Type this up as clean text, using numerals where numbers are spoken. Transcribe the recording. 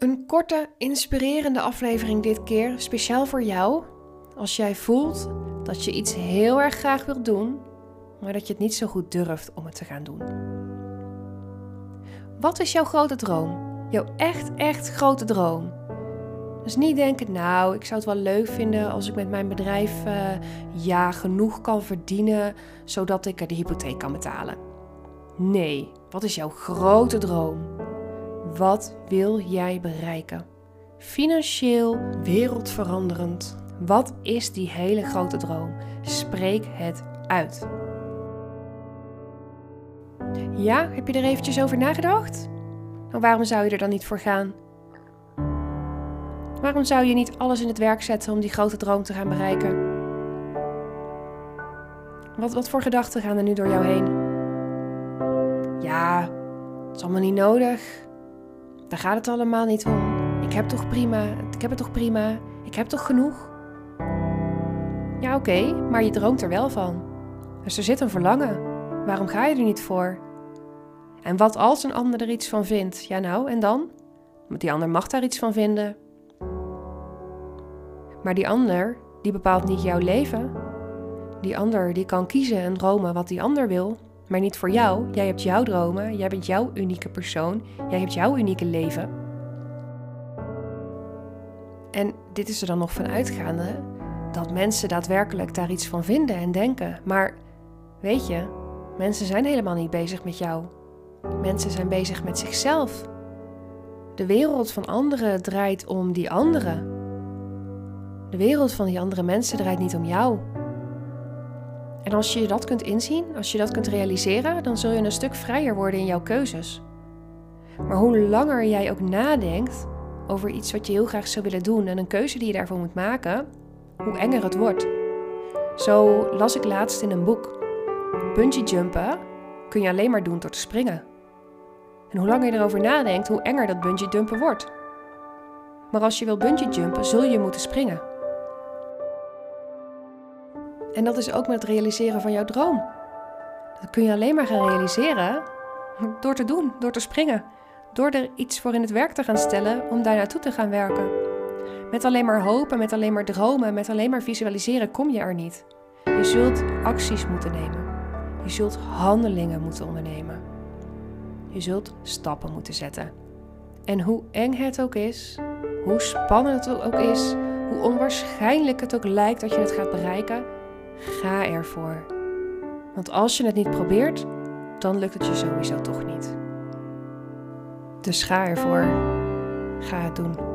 Een korte, inspirerende aflevering dit keer, speciaal voor jou. Als jij voelt dat je iets heel erg graag wilt doen, maar dat je het niet zo goed durft om het te gaan doen. Wat is jouw grote droom? Jouw echt grote droom? Dus niet denken, nou, ik zou het wel leuk vinden als ik met mijn bedrijf genoeg kan verdienen, zodat ik de hypotheek kan betalen. Nee, wat is jouw grote droom? Wat wil jij bereiken? Financieel, wereldveranderend. Wat is die hele grote droom? Spreek het uit. Ja, heb je er eventjes over nagedacht? Nou, waarom zou je er dan niet voor gaan? Waarom zou je niet alles in het werk zetten om die grote droom te gaan bereiken? Wat voor gedachten gaan er nu door jou heen? Ja, het is allemaal niet nodig. Daar gaat het allemaal niet om. Ik heb het toch prima. Ik heb toch genoeg? Ja, oké, maar je droomt er wel van. Dus er zit een verlangen. Waarom ga je er niet voor? En wat als een ander er iets van vindt? Ja nou, en dan? Want die ander mag daar iets van vinden. Maar die ander, die bepaalt niet jouw leven. Die ander, die kan kiezen en dromen wat die ander wil. Maar niet voor jou. Jij hebt jouw dromen. Jij bent jouw unieke persoon. Jij hebt jouw unieke leven. En dit is er dan nog van uitgaande dat mensen daadwerkelijk daar iets van vinden en denken. Maar weet je, mensen zijn helemaal niet bezig met jou. Mensen zijn bezig met zichzelf. De wereld van anderen draait om die anderen. De wereld van die andere mensen draait niet om jou. En als je dat kunt inzien, als je dat kunt realiseren, dan zul je een stuk vrijer worden in jouw keuzes. Maar hoe langer jij ook nadenkt over iets wat je heel graag zou willen doen en een keuze die je daarvoor moet maken, hoe enger het wordt. Zo las ik laatst in een boek. Bungee jumpen kun je alleen maar doen door te springen. En hoe langer je erover nadenkt, hoe enger dat bungee jumpen wordt. Maar als je wil bungee jumpen, zul je moeten springen. En dat is ook met het realiseren van jouw droom. Dat kun je alleen maar gaan realiseren door te doen, door te springen. Door er iets voor in het werk te gaan stellen om daar naartoe te gaan werken. Met alleen maar hopen, met alleen maar dromen, met alleen maar visualiseren kom je er niet. Je zult acties moeten nemen. Je zult handelingen moeten ondernemen. Je zult stappen moeten zetten. En hoe eng het ook is, hoe spannend het ook is, hoe onwaarschijnlijk het ook lijkt dat je het gaat bereiken, ga ervoor. Want als je het niet probeert, dan lukt het je sowieso toch niet. Dus ga ervoor. Ga het doen.